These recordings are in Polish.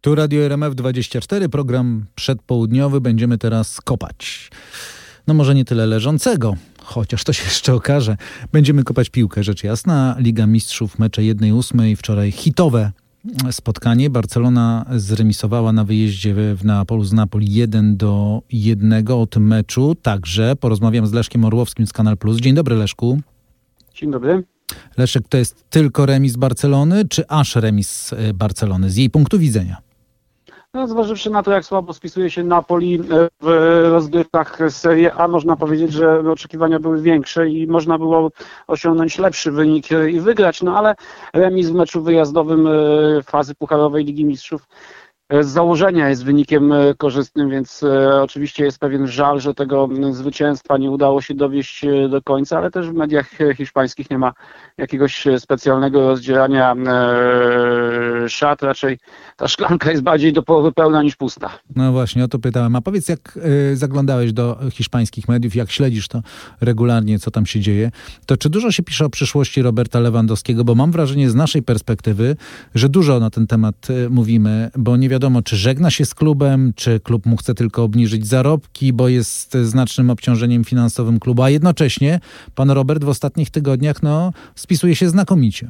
Tu Radio RMF24, program przedpołudniowy. Będziemy teraz kopać. No może nie tyle leżącego, chociaż to się jeszcze okaże. Będziemy kopać piłkę, rzecz jasna. Liga Mistrzów, mecze 1/8. Wczoraj hitowe spotkanie. Barcelona zremisowała na wyjeździe w Neapolu z Napoli 1-1. O tym meczu także porozmawiam z Leszkiem Orłowskim z Kanal Plus. Dzień dobry, Leszku. Dzień dobry. Leszek, to jest tylko remis Barcelony, czy aż remis Barcelony z jej punktu widzenia? No, zważywszy na to, jak słabo spisuje się Napoli w rozgrywkach Serie A, można powiedzieć, że oczekiwania były większe i można było osiągnąć lepszy wynik i wygrać, no ale remis w meczu wyjazdowym fazy pucharowej Ligi Mistrzów z założenia jest wynikiem korzystnym, więc oczywiście jest pewien żal, że tego zwycięstwa nie udało się dowieść do końca, ale też w mediach hiszpańskich nie ma jakiegoś specjalnego rozdzierania szat, raczej ta szklanka jest bardziej do połowy pełna niż pusta. No właśnie, o to pytałem. A powiedz, jak zaglądałeś do hiszpańskich mediów, jak śledzisz to regularnie, co tam się dzieje, to czy dużo się pisze o przyszłości Roberta Lewandowskiego, bo mam wrażenie z naszej perspektywy, że dużo na ten temat mówimy, bo nie wiadomo, czy żegna się z klubem, czy klub mu chce tylko obniżyć zarobki, bo jest znacznym obciążeniem finansowym klubu, a jednocześnie pan Robert w ostatnich tygodniach spisuje się znakomicie.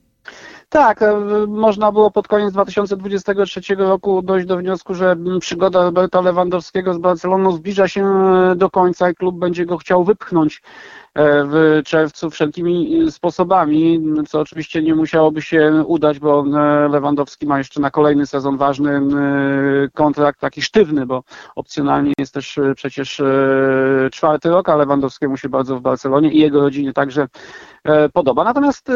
Tak, można było pod koniec 2023 roku dojść do wniosku, że przygoda Roberta Lewandowskiego z Barceloną zbliża się do końca i klub będzie go chciał wypchnąć w czerwcu wszelkimi sposobami, co oczywiście nie musiałoby się udać, bo Lewandowski ma jeszcze na kolejny sezon ważny kontrakt, taki sztywny, bo opcjonalnie jest też przecież 4. rok, a Lewandowskiemu się bardzo w Barcelonie i jego rodzinie także podoba. Natomiast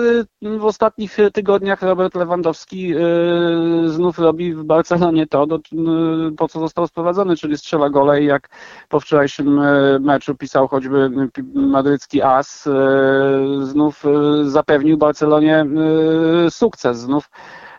w ostatnich tygodniach Robert Lewandowski znów robi w Barcelonie to, po co został sprowadzony, czyli strzela gole i jak po wczorajszym meczu pisał choćby madrycki as, znów zapewnił Barcelonie sukces, znów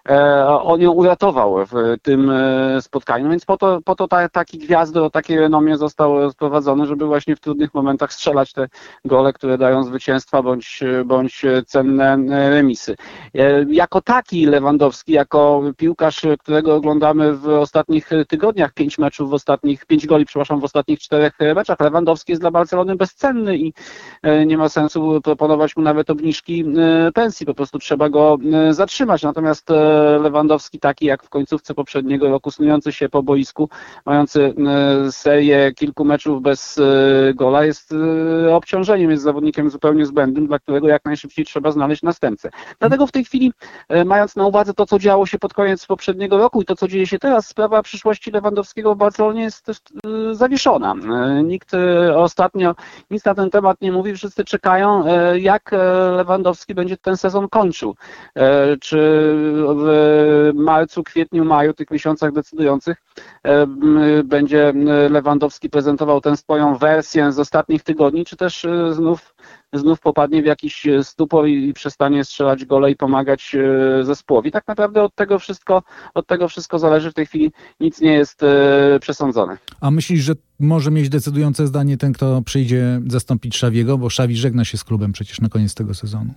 on ją uratował w tym spotkaniu, więc po to taki gwiazdor, takie renomie został sprowadzony, żeby właśnie w trudnych momentach strzelać te gole, które dają zwycięstwa bądź cenne remisy. Jako taki Lewandowski, jako piłkarz, którego oglądamy w ostatnich tygodniach, 5 goli w ostatnich 4 meczach, Lewandowski jest dla Barcelony bezcenny i nie ma sensu proponować mu nawet obniżki pensji, po prostu trzeba go zatrzymać. Natomiast Lewandowski taki jak w końcówce poprzedniego roku, snujący się po boisku, mający serię kilku meczów bez gola, jest obciążeniem, jest zawodnikiem zupełnie zbędnym, dla którego jak najszybciej trzeba znaleźć następcę. Dlatego w tej chwili, mając na uwadze to, co działo się pod koniec poprzedniego roku i to, co dzieje się teraz, sprawa przyszłości Lewandowskiego w Barcelonie jest też zawieszona. Nikt ostatnio nic na ten temat nie mówi, wszyscy czekają, jak Lewandowski będzie ten sezon kończył. Czy w marcu, kwietniu, maju, tych miesiącach decydujących będzie Lewandowski prezentował tę swoją wersję z ostatnich tygodni, czy też znów popadnie w jakiś stupor i przestanie strzelać gole i pomagać zespołowi. Tak naprawdę od tego wszystko zależy. W tej chwili nic nie jest przesądzone. A myślisz, że może mieć decydujące zdanie ten, kto przyjdzie zastąpić Xaviego, bo Xavi żegna się z klubem przecież na koniec tego sezonu?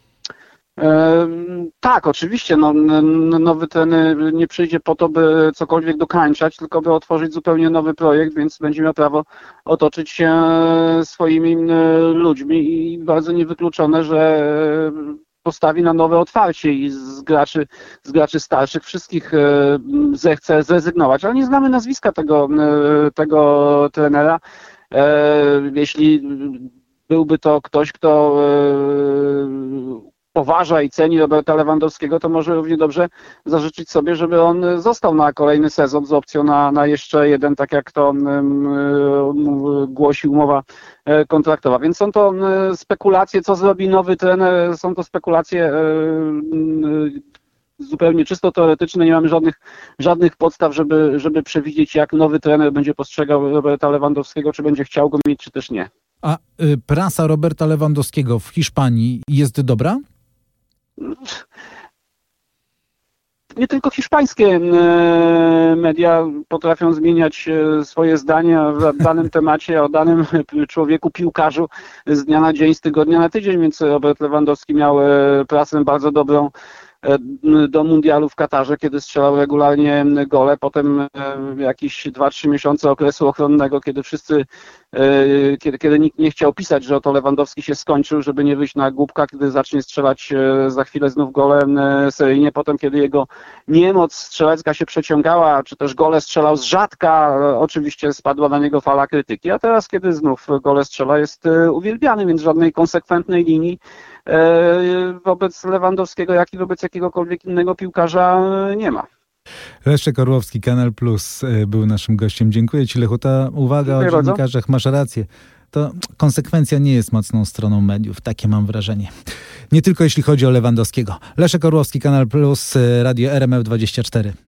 Tak, oczywiście. Nowy trener nie przyjdzie po to, by cokolwiek dokańczać, tylko by otworzyć zupełnie nowy projekt, więc będzie miał prawo otoczyć się swoimi ludźmi i bardzo niewykluczone, że postawi na nowe otwarcie i z graczy starszych wszystkich zechce zrezygnować. Ale nie znamy nazwiska tego trenera. Jeśli byłby to ktoś, kto poważa i ceni Roberta Lewandowskiego, to może równie dobrze zażyczyć sobie, żeby on został na kolejny sezon z opcją na jeszcze jeden, tak jak to głosi umowa kontraktowa. Więc są to spekulacje, co zrobi nowy trener, są to spekulacje zupełnie czysto teoretyczne, nie mamy żadnych podstaw, żeby przewidzieć, jak nowy trener będzie postrzegał Roberta Lewandowskiego, czy będzie chciał go mieć, czy też nie. A prasa Roberta Lewandowskiego w Hiszpanii jest dobra? Nie tylko hiszpańskie media potrafią zmieniać swoje zdania w danym temacie, o danym człowieku, piłkarzu z dnia na dzień, z tygodnia na tydzień, więc Robert Lewandowski miał prasę bardzo dobrą do mundialu w Katarze, kiedy strzelał regularnie gole, potem jakieś 2-3 miesiące okresu ochronnego, kiedy kiedy nikt nie chciał pisać, że oto Lewandowski się skończył, żeby nie wyjść na głupka, kiedy zacznie strzelać za chwilę znów gole seryjnie, potem kiedy jego niemoc strzelecka się przeciągała, czy też gole strzelał z rzadka, oczywiście spadła na niego fala krytyki, a teraz kiedy znów gole strzela, jest uwielbiany, więc żadnej konsekwentnej linii wobec Lewandowskiego, jak i wobec jakiegokolwiek innego piłkarza nie ma. Leszek Orłowski, Kanal Plus był naszym gościem. Dziękuję Ci, Lechu. Ta uwaga o dziennikarzach, masz rację. To konsekwencja nie jest mocną stroną mediów. Takie mam wrażenie. Nie tylko jeśli chodzi o Lewandowskiego. Leszek Orłowski, Kanal Plus, Radio RMF24.